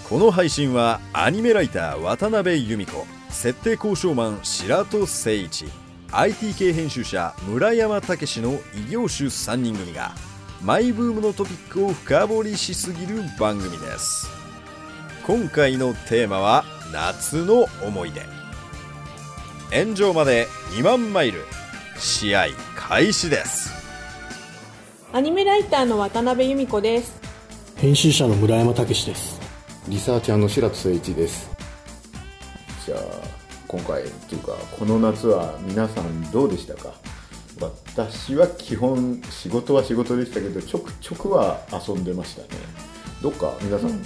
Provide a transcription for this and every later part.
この配信はアニメライター渡辺由美子、設定交渉マン白戸誠一、 IT 系編集者村山武の異業種3人組がマイブームのトピックを深掘りしすぎる番組です。今回のテーマは夏の思い出。炎上まで2万マイル、試合開始です。 アニメライターの渡辺由美子です。 編集者の村山武です。 リサーチャーの白戸誠一です。じゃあ今回というかこの夏は皆さんどうでしたか？私は基本仕事は仕事でしたけどちょくちょくは遊んでましたね。どっか皆さん、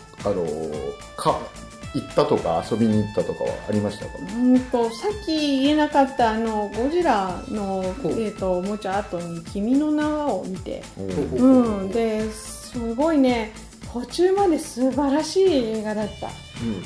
行ったとか遊びに行ったとかはありましたか？ さっき言えなかったゴジラの、おもちゃ後に君の名はを見て、ですごいね、途中まで素晴らしい映画だった。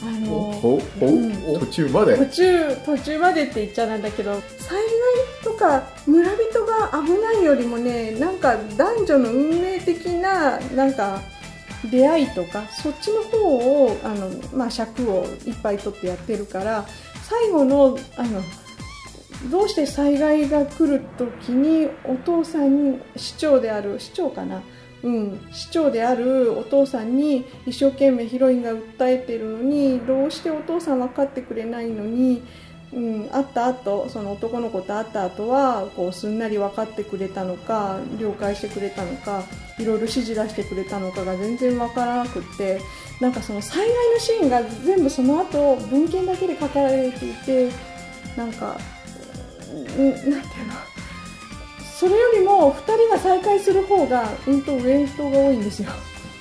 途中までって言っちゃなんだけど、災害とか村人が危ないよりもね、なんか男女の運命的ななんか出会いとかそっちの方を尺をいっぱい取ってやってるから、最後のどうして災害が来る時にお父さんに市長であるお父さんに一生懸命ヒロインが訴えてるのに、どうしてお父さん分かってくれないのに、会った後、その男の子と会った後はこうすんなり分かってくれたのか、了解してくれたのか、いろいろ指示出してくれたのかが全然分からなくって、なんかその災害のシーンが全部その後文献だけで書かれていて、なんかなんていうの、それよりも2人が再会する方が上の人が多いんですよ。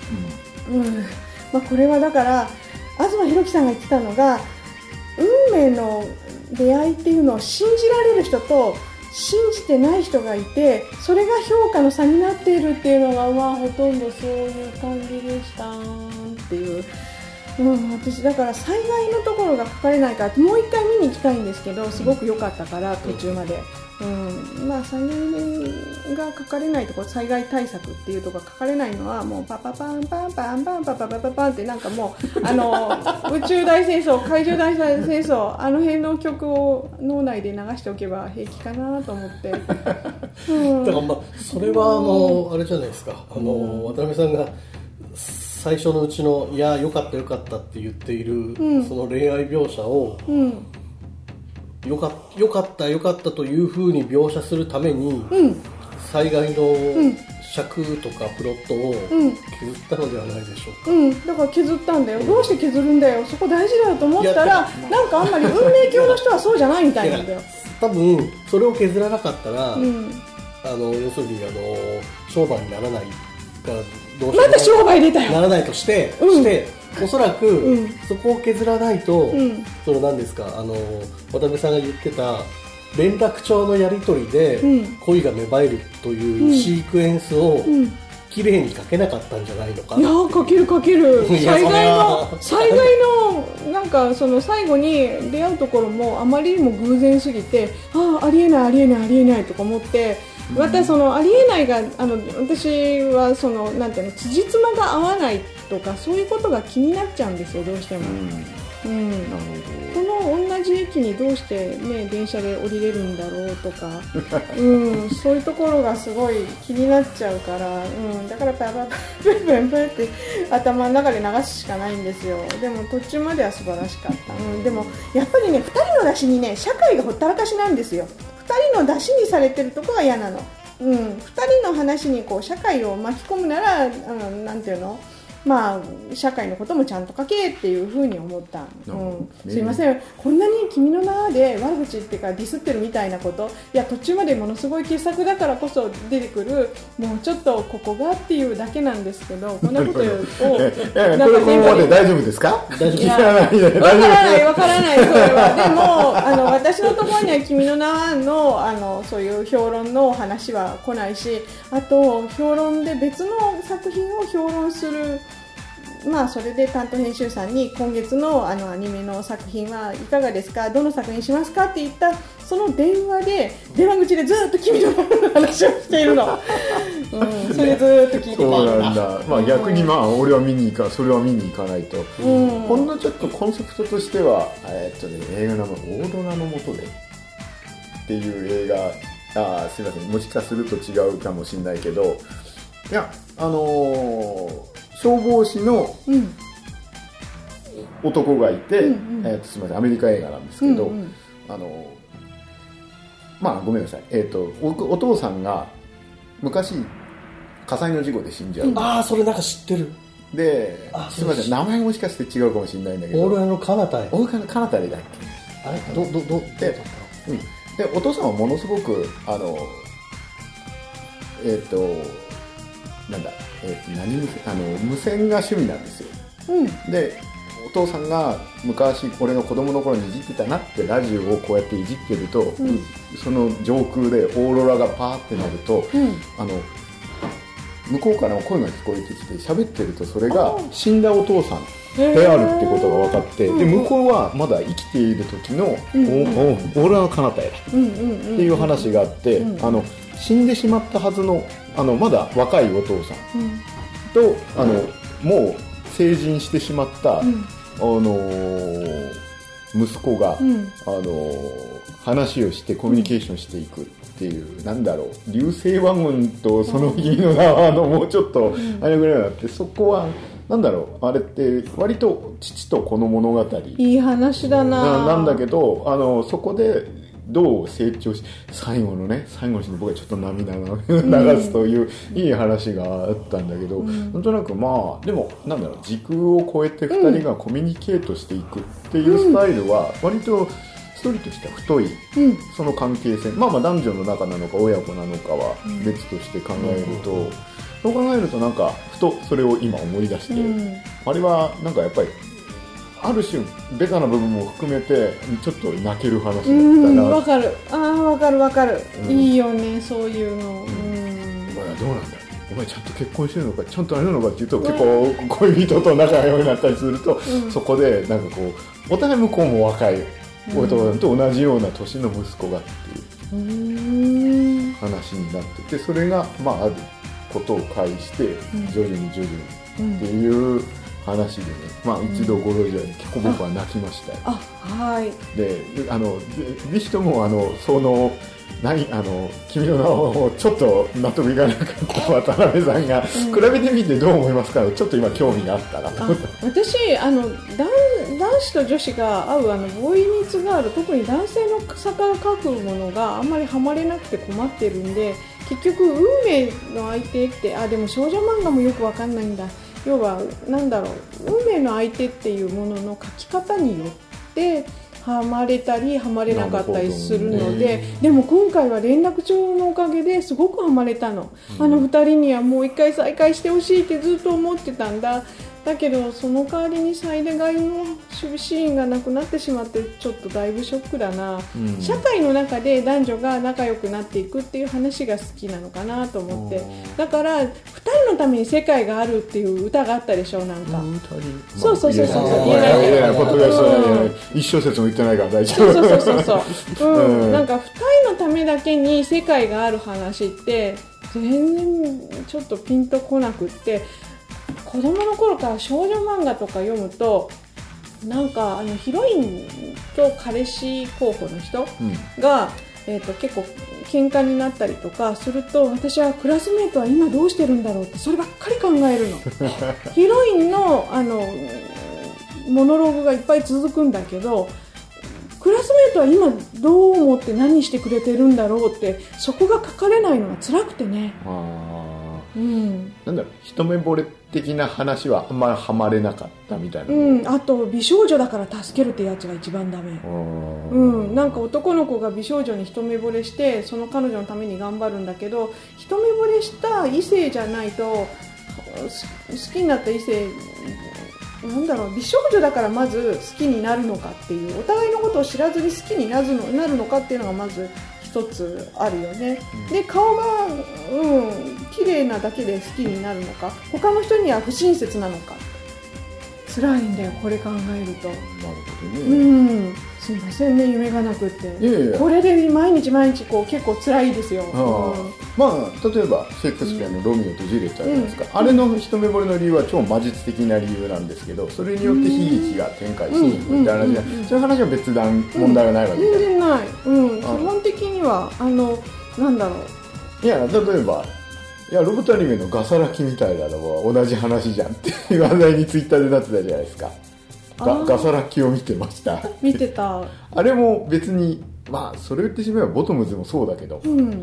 これはだから東博樹さんが言ってたのが、運命の出会いっていうのを信じられる人と信じてない人がいて、それが評価の差になっているっていうのが、ほとんどそういう感じでしたっていう。私だから災害のところが書かれないからもう一回見に行きたいんですけど、すごく良かったから途中まで、災害が書かれないところ、災害対策っていうところが書かれないのは、もうパパパンパンパンパンパパパパパンって、なんかもう宇宙大戦争、海上大戦争、あの辺の曲を脳内で流しておけば平気かなと思って、だからそれはあれじゃないですか、渡辺さんが最初のうちのいや良かった良かったって言っている、その恋愛描写を、良かったという風に描写するために、災害の尺とかプロットを削ったのではないでしょうか。 だから削ったんだよ。どうして削るんだよ、そこ大事だよと思ったら、なんかあんまり運命教の人はそうじゃないみたいなんだよ。 多分それを削らなかったら、要するに商売にならないから、どうしてもまた商売出たよならないとして、おそらく、そこを削らないと、その何ですか、渡辺さんが言ってた連絡帳のやり取りで恋が芽生えるというシークエンスを綺麗に書けなかったんじゃないのか。 いや書ける災害のなんかその最後に出会うところもあまりにも偶然すぎて、ありえないとか思って、またそのありえないが私はそのなんていうの、辻褄が合わないとかそういうことが気になっちゃうんですよ、どうしても。この同じ駅にどうしてね電車で降りれるんだろうとか、そういうところがすごい気になっちゃうから、だからパパプンプンプンって頭の中で流すしかないんですよ。でも途中までは素晴らしかった。でもやっぱりね、2人の出しにね、社会がほったらかしなんですよ。2人の出しにされてるとこが嫌なの。2人の話にこう社会を巻き込むなら、なんていうの、社会のこともちゃんと書けっていう風に思った。すいません、こんなに君の名で悪口っていうかディスってるみたいなこと、いや途中までものすごい傑作だからこそ出てくる、もうちょっとここがっていうだけなんですけど、こんなことをこれここまで大丈夫ですか？大丈夫？ わからないそれは。でも私のところには君の名のそういう評論の話は来ないし、あと評論で別の作品を評論するまあ、それで担当編集さんに今月のアニメの作品はいかがですか、どの作品にしますかって言ったその電話口でずっと君の話をしているの、それずっと聞いてた。 そうなんだ、まあ、逆に俺はそれは見に行かないと、ほんのちょっとコンセプトとしては、映画の名前オーロラの下でっていう映画、すいません、もしかすると違うかもしれないけど、いや消防士の男がいて、すみません、アメリカ映画なんですけど、まあごめんなさい、お父さんが昔火災の事故で死んじゃう、 それなんか知ってる。 ですみません、名前もしかして違うかもしれないんだけど、 オーロラの彼方へ、 彼方へだっけ、あれどでお父さんはものすごくなんだ、無線が趣味なんですよ、でお父さんが昔俺が子供の頃にいじってたなってラジオをこうやっていじってると、その上空でオーロラがパーってなると、向こうからも声が聞こえてきて喋ってると、それが死んだお父さんであるってことが分かって、で向こうはまだ生きている時のオーロラの彼方へっていう話があって、死んでしまったはずのまだ若いお父さんと、もう成人してしまった、息子が、話をしてコミュニケーションしていくっていう、なんだろう、流星ワゴンとその君の名はもうちょっとあれぐらいになって、そこはなんだろう、あれって割と父と子の物語、 いい話だなんだけど、そこでどう成長し、最後のシーンで僕はちょっと涙を流すといういい話があったんだけど、なんとなくでもなんだろう、時空を超えて2人がコミュニケートしていくっていうスタイルは割とストーリーとしては太い、その関係性、男女の中なのか親子なのかは別として考えると、そう考えるとなんかふとそれを今思い出して、あれはなんかやっぱりある種ベタな部分も含めてちょっと泣ける話だったな。 わかる、わかる、いいよね、そういうの。 お前はどうなんだ、お前ちゃんと結婚してるのか、ちゃんとあれなのかっていうと、結構恋人と仲良くなったりすると、そこでなんかこうお互い向こうも若いお父さんと同じような年の息子がっていう話になってて、それがあることを介して徐々にっていう話でね、一度ごろじゃに結構僕は泣きましたよ。 はい。 で、ぜひとも君の名をちょっと納得いかなかった渡辺さんが比べてみてどう思いますか、ちょっと今興味があったらと思って。 私男子と女子が合うボーイニーツガール、特に男性の作家が書くものがあんまりハマれなくて困ってるんで、結局運命の相手ってでも少女漫画もよくわかんないんだ。要はなんだろう、運命の相手っていうものの書き方によってハマれたりハマれなかったりするので、でも今回は連絡帳のおかげですごくハマれたの。2人にはもう一回再会してほしいってずっと思ってたんだ。だけどその代わりに最大のシーンがなくなってしまって、ちょっとだいぶショックだな、社会の中で男女が仲良くなっていくっていう話が好きなのかなと思って、だから2人のために世界があるっていう歌があったでしょ、なんかそう言えないけど、 一小節も言ってないから大丈夫。 なんか2人のためだけに世界がある話って全然ちょっとピンとこなくって、子供の頃から少女漫画とか読むと、なんかヒロインと彼氏候補の人が、結構喧嘩になったりとかすると、私はクラスメートは今どうしてるんだろうってそればっかり考えるの。ヒロインのモノローグがいっぱい続くんだけど、クラスメートは今どう思って何してくれてるんだろうって、そこが書かれないのが辛くてね。 なんだろう、一目惚れ的な話はあんまりハマれなかったみたいな。 あと美少女だから助けるってやつが一番ダメ。なんか男の子が美少女に一目惚れしてその彼女のために頑張るんだけど、一目惚れした異性じゃないと好きになった異性、なんだろう、美少女だからまず好きになるのかっていう、お互いのことを知らずに好きになるのかっていうのがまず一つあるよね。で、顔が綺麗なだけで好きになるのか、他の人には不親切なのか、 辛いんだよこれ考えると。 なるほどね。 すいませんね夢がなくって。 いやいやこれで毎日こう結構辛いですよ。 まあ例えばシェイクスピアのロミオとジュリエットあるじゃないですか、あれの一目惚れの理由は超魔術的な理由なんですけど、それによって悲劇が展開していくみたいな話が、そういう話は別段問題がないわけ全然ない。基本的にはなんだろう、 いや例えばロボットアニメのガサラキみたいなのは同じ話じゃんっていう話題にツイッターでなってたじゃないですか。ガサラキを見てました。 見てた。 あれも別にまあそれ言ってしまえばボトムズもそうだけど、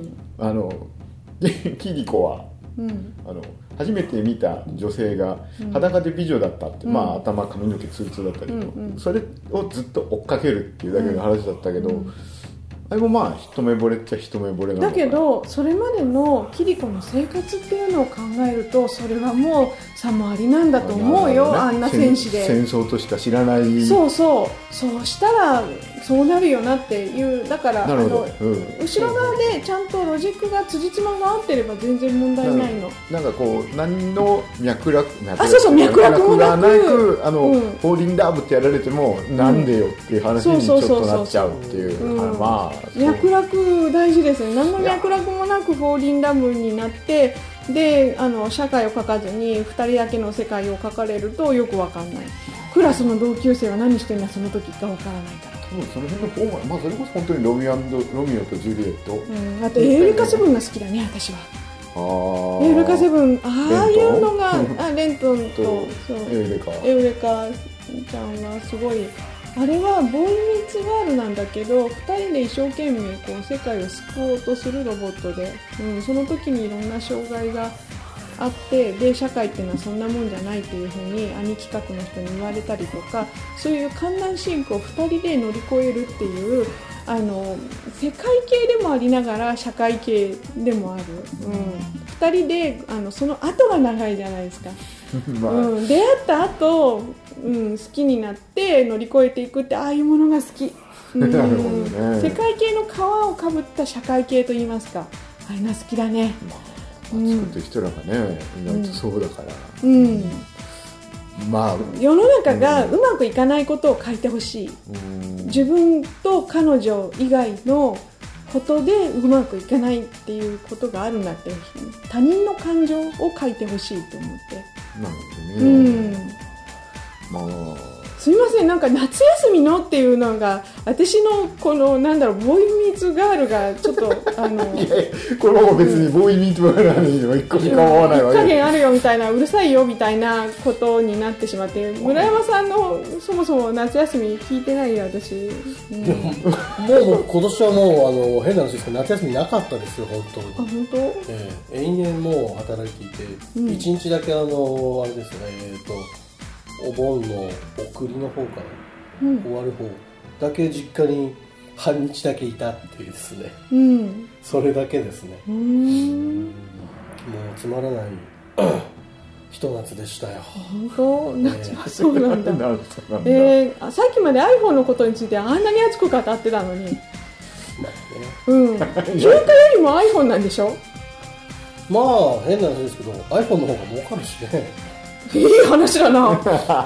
キリコは、初めて見た女性が裸で美女だったって、まあ頭髪の毛ツルツルだったけど、それをずっと追っかけるっていうだけの話だったけど、あれもまあ一目惚れっちゃ一目惚れなのかな。 だけどそれまでのキリコの生活っていうのを考えるとそれはもうさもありなんだと思うよ。あんな戦士で戦争としか知らない。 そうしたらそうなるよなっていう。だから後ろ側でちゃんとロジックが辻褄が合ってれば全然問題ないの。 なんかこう何の脈絡もなくフォーリンラブってやられてもなんでよっていう話にちょっとなっちゃうっていう。まあ脈絡大事ですね。何の脈絡もなくフォーリンラブになってで社会を書かずに2人だけの世界を書かれるとよく分かんない。クラスの同級生は何してんだその時が分からないから。 その辺の方が、それこそ本当にロミオとジュリエット、 あとエウレカセブンが好きだね私は。エウレカセブンああいうのがレントンとエウレカちゃんはすごい。あれはボーイミーツガールなんだけど2人で一生懸命こう世界を救おうとするロボットで、その時にいろんな障害があってで社会っていうのはそんなもんじゃないっていう風に兄貴格の人に言われたりとか、そういう艱難進行を2人で乗り越えるっていう世界系でもありながら社会系でもある、2人でその後が長いじゃないですか。出会った後、好きになって乗り越えていくってああいうものが好き。世界系の皮をかぶった社会系といいますか、あれが好きだね。 作ってる人らがね意外とそうだから、 世の中がうまくいかないことを書いてほしい。自分と彼女以外のことでうまくいかないっていうことがあるんだって、他人の感情を書いてほしいと思って。 なるほどね。 すいません、なんか夏休みのっていうのが私のこのボーイミーツガールがちょっといやこれも別にボーイミーツガールなのに一個しか思わないわけ。 加減あるよみたいな、うるさいよみたいなことになってしまって、村山さんのそもそも夏休み聞いてないよ私。 もう今年はもう変な話ですけど夏休みなかったですよ本当に。 本当？ 延々もう働いていて、1日だけあれですねお盆の送りの方から、終わる方だけ実家に半日だけいたっていうですね、それだけですね。もうつまらないひと夏でしたよ。 本当？夏はそうなんだ。さっきまで iPhone のことについてあんなに熱く語ってたのに、休暇よりも iPhone なんでしょ。 まあ変な話ですけど iPhone の方が儲かるしね。 いい話だな。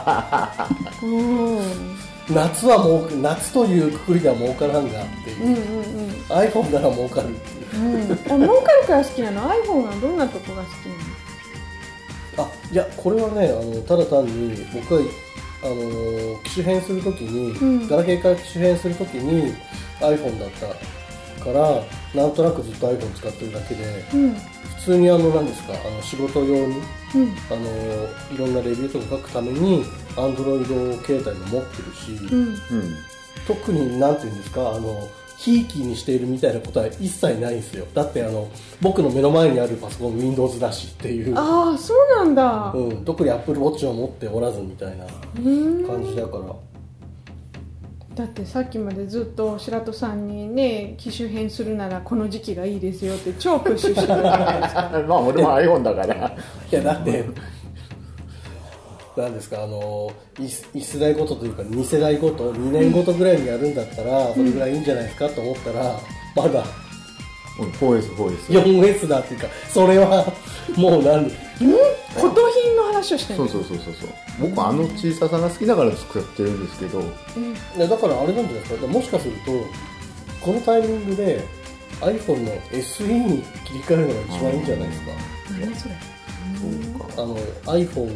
夏は夏というくくりでは儲からんがっていう、iPhone なら儲かるっていう、 儲かるから好きなの。 iPhone はどんなとこが好きなの？ いやこれはねただ単に僕は機種変するときに、ガラケーから機種変するときに iPhone だったからなんとなくずっと iPhone 使ってるだけで、普通に何ですか仕事用に、いろんなレビューとか書くために Android 携帯も持ってるし、特になんていうんですかひいきにしているみたいなことは一切ないんですよ。だって僕の目の前にあるパソコン Windows だしっていう。 ああそうなんだ。 特に Apple Watch は持っておらずみたいな感じだから。 だってさっきまでずっと白戸さんにね機種変するならこの時期がいいですよって超プッシュしてるじゃないですか。 まあ俺も iPhone だからいやだってなんですか1世代ごとというか2世代ごと2年ごとぐらいにやるんだったらそれぐらいいいんじゃないですかと思ったらまだ 4S だっていうかそれはもう骨董品の話ッシュしてる。 そう僕は小ささが好きだから使ってるんですけど、 いやだからあれなんじゃないですか。もしかするとこのタイミングで iPhone の SE に切り替えるのが一番いいんじゃないですか。 何それ。 そうか。 iPhone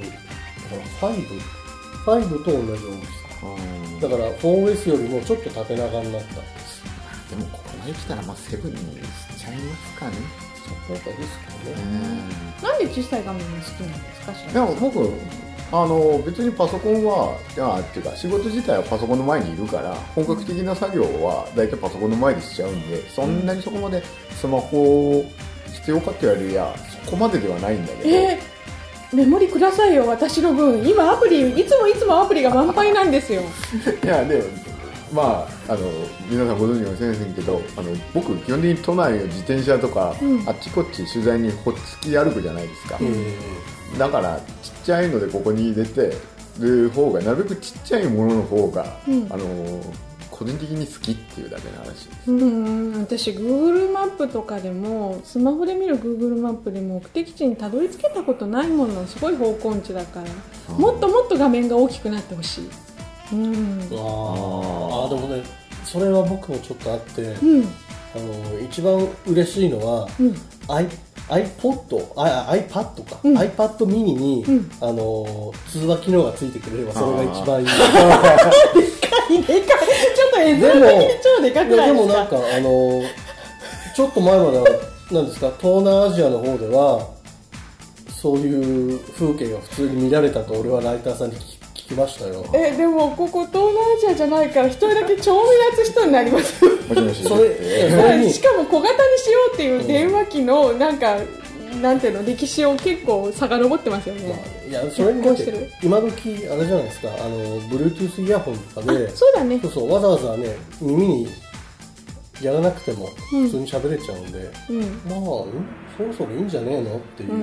5と同じ大きさだから 4S よりもちょっと縦長になった。 でもここまで来たら7にしちゃいますかね。 なんかいいですけどね。 なんで小さい画面が好きなんですか。 でも僕別にパソコンはっていうか仕事自体はパソコンの前にいるから本格的な作業は大体パソコンの前でしちゃうんで、そんなにそこまでスマホ必要かって言われるやそこまでではないんだけど、 メモリくださいよ私の分。今アプリいつもアプリが満杯なんですよ。 いやでも皆さんご存知かもしれませんけど僕基本的に都内の自転車とか、あっちこっち取材にほっつき歩くじゃないですか、だからちっちゃいのでここに入れてる方がなるべくちっちゃいものの方が、個人的に好きっていうだけの話です。 私 Google マップとかでもスマホで見る Google マップでも目的地にたどり着けたことないものすごい方向音痴だから、もっともっと画面が大きくなってほしい。 でもねそれは僕もちょっとあって、一番嬉しいのは、iPad か、iPad mini に、通話機能がついてくれればそれが一番いい。 でかいちょっと絵面的に超でかくないですか。 でもなんかちょっと前まではなんですか、東南アジアの方ではそういう風景が普通に見られたと俺はライターさんに聞きましたよ。 でもここ東南アジアじゃないから一人だけ超目立つ人になります。しかも小型にしようっていう電話機のなんていうの歴史を結構遡ってますよね。 いやそれに今時あれじゃないですか、Bluetooth イヤホンとかでそうだね、 そうわざわざね耳にやらなくても普通に喋れちゃうんで、そろそろいいんじゃねえのっていう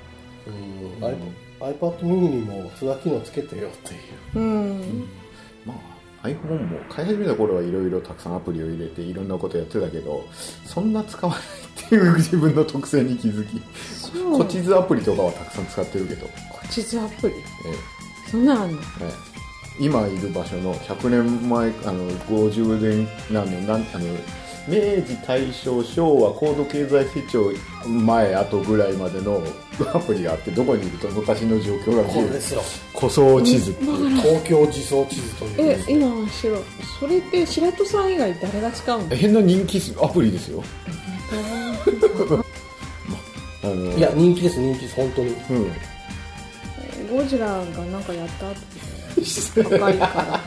、iPad mini にも通話機能つけてよっていう、 iPhone も買い始めた頃はいろいろたくさんアプリを入れていろんなことやってたけどそんな使わないっていう自分の特性に気づき、古地図アプリとかはたくさん使ってるけど。 古地図アプリ、そんなのあんの。 今いる場所の100年前50年明治大正昭和高度経済成長前後ぐらいまでのアプリがあって、どこにいると昔の状況が見える古層地図っていう東京地層地図という、 今は白それって白戸さん以外誰が使うの。 変な人気アプリですよ。 いや人気です本当に、 ゴジラがなんかやった後高いから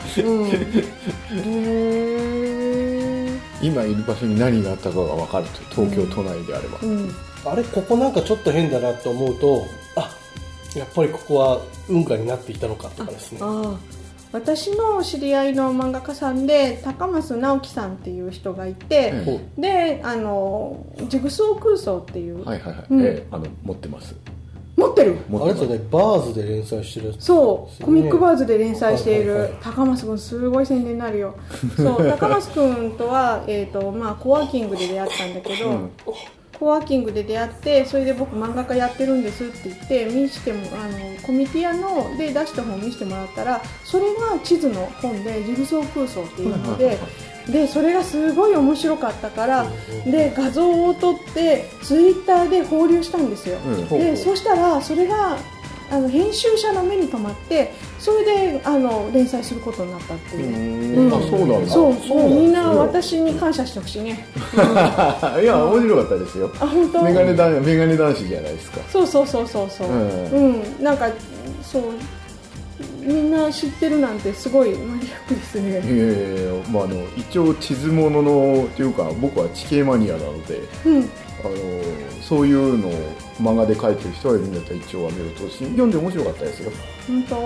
今いる場所に何があったかが分かると、東京都内であれば、 あれここなんかちょっと変だなと思うと、やっぱりここは運河になっていたのかとかですね。 私の知り合いの漫画家さんで高増直樹さんっていう人がいて、でジグソー空想っていう、 持ってます。 持ってる。 あれですよね、バーズで連載してる。 そう、コミックバーズで連載している高増君、すごい宣伝になるよ。そう高増君とはコワーキングで出会ったんだけど、コワーキングで出会って、それで僕漫画家やってるんですって言って見してもコミティアので出した本見せてもらったら、それが地図の本でジグソー空想っていうので。でそれがすごい面白かったから、で画像を撮ってツイッターで放流したんですよ。でそうしたらそれが編集者の目に留まって、それで連載することになったっていう。 そうなんだ。 そうみんな私に感謝してほしいね。 いや面白かったですよ。 本当。 メガネ男子じゃないですか。 そうなんかそうみんな知ってるなんてすごいマニアックですね。 一応地図もののというか僕は地形マニアなので、そういうのを漫画で描いてる人がいるんだったら一応は見ると読んで面白かったですよ。 本当。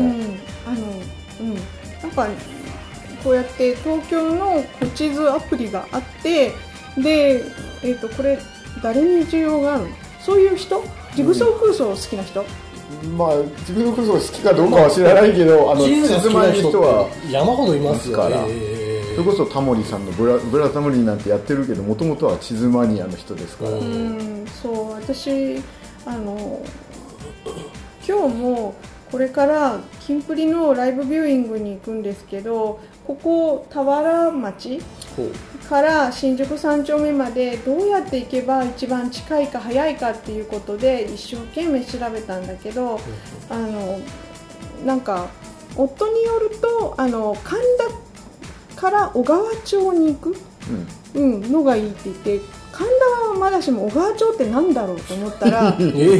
なんかこうやって東京の古地図アプリがあって、でこれ誰に需要があるの？そういう人？ジグソー空想好きな人？ 自分の空想好きかどうかは知らないけど、地図マニアの人は山ほどいますから。 それこそタモリさんのブラタモリなんてやってるけど、もともとは地図マニアの人ですから。 そう私今日もこれからキンプリのライブビューイングに行くんですけど、ここ田原町から新宿3丁目までどうやって行けば一番近いか早いかっていうことで一生懸命調べたんだけど、なんか夫によると神田から小川町に行く、のがいいって言って、神田はまだしも小川町ってなんだろうと思ったら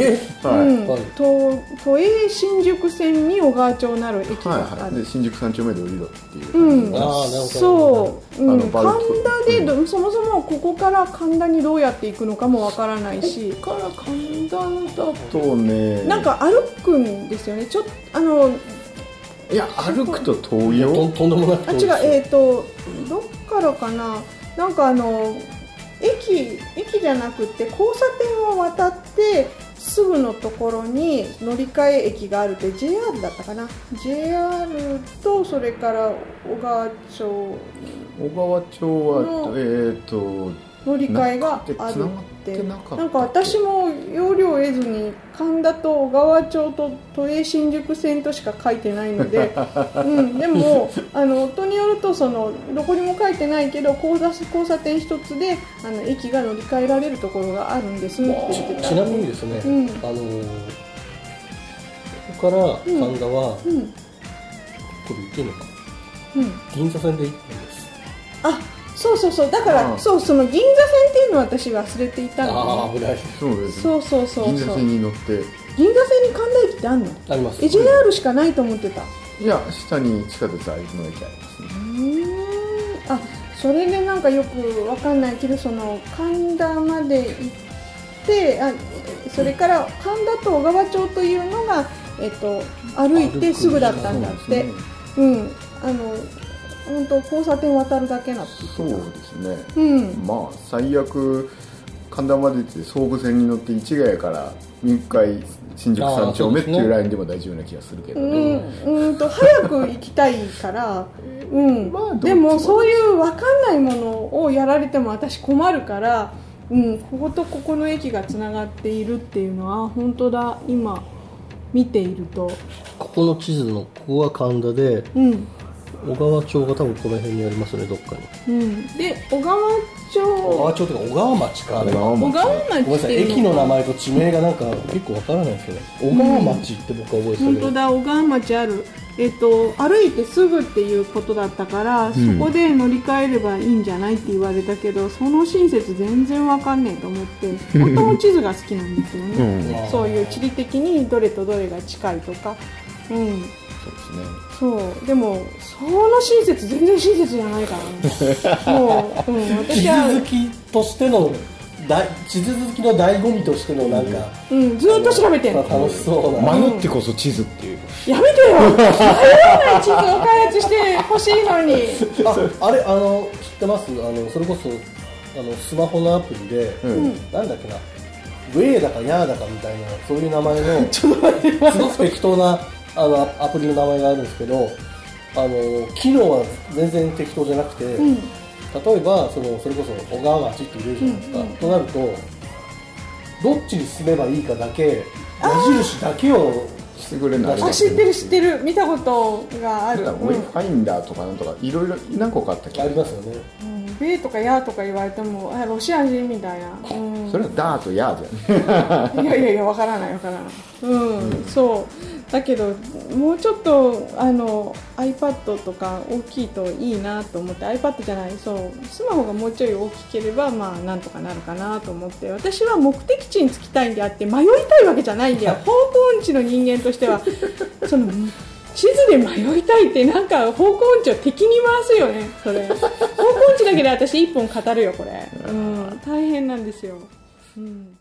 都営新宿線に小川町なる駅がある、 で新宿3丁目で降りろっていう感じ、 そう、神田でそもそもここから神田にどうやって行くのかもわからないし、 ここから神田だとね、 なんか歩くんですよね。ちょっといや歩くと遠いよ。 とんでもなく遠いですよ。 違う、どっからかな、なんか駅じゃなくて交差点を渡ってすぐのところに乗り換え駅があるって JR だったかな、 JR とそれから小川町は乗り換えがあるって、なんか私も要領を得ずに神田と小川町と都営新宿線としか書いてないので、でも夫によるとどこにも書いてないけど交差点一つで駅が乗り換えられるところがあるんですって言ってた。 ちなみにですね、ここから神田は、これ言っていいのか、銀座線で1分です。 そうだから、その銀座線っていうのを私忘れていたので、 危ない。 そうです。 そう銀座線に乗って、 銀座線に神田駅ってあんの？ あります。 JR しかないと思ってた。 いや、下に地下鉄の駅ありますね。 それでなんかよくわかんないけど、神田まで行ってそれから神田と小川町というのが歩いてすぐだったんだって。本当交差点渡るだけなって。 そうですね。まあ最悪神田まで行って総武線に乗って市ヶ谷から3回新宿3丁目っていうラインでも大丈夫な気がするけどね。 早く行きたいから、でもそういう分かんないものをやられても私困るから、こことここの駅がつながっているっていうのは本当だ。今見ているとここの地図のここが神田で、小川町が多分この辺にありますね、どっかに。 で小川町というか小川町か、 小川町ごめんなさい、駅の名前と地名がなんか結構わからないですよね。小川町って僕は覚えてたけど、 本当だ、小川町ある。歩いてすぐっていうことだったから、そこで乗り換えればいいんじゃないって言われたけど、その親切全然わかんねえと思って、本当も地図が好きなんですよね。そういう地理的にどれとどれが近いとか。 そうですね。 そうでもその親切全然親切じゃないからね。もう、私は地図好きとしての地図好きの醍醐味としてのなんか、 ずっと調べてんの。 楽しそうな。 迷ってこそ地図っていう。 やめてよ。迷わない地図を開発してほしいのに。 あれ知ってます？それこそスマホのアプリで、なんだっけな、ウェイだかヤーだかみたいなそういう名前のすごく適当なアプリの名前があるんですけど、機能は全然適当じゃなくて、例えばそれこそ小川町って入れるじゃないですか、となるとどっちに進めばいいかだけ矢印だけをしてくれない。 知ってる、見たことがある。 ウェイファインダーとかなんとかいろいろ何個かあったっけ。 ありますよね。 ベーとかヤーとか言われてもロシア人みたいな。 それはダーとヤーじゃん。 いやわからない。そうだけどもうちょっとiPad とか大きいといいなと思って、 iPad じゃない、スマホがもうちょい大きければまあなんとかなるかなと思って、私は目的地に着きたいんであって迷いたいわけじゃないんだよ。方向音痴の人間としては地図で迷いたいってなんか方向音痴を敵に回すよね。それ方向音痴だけで私1本語るよこれ。大変なんですよ。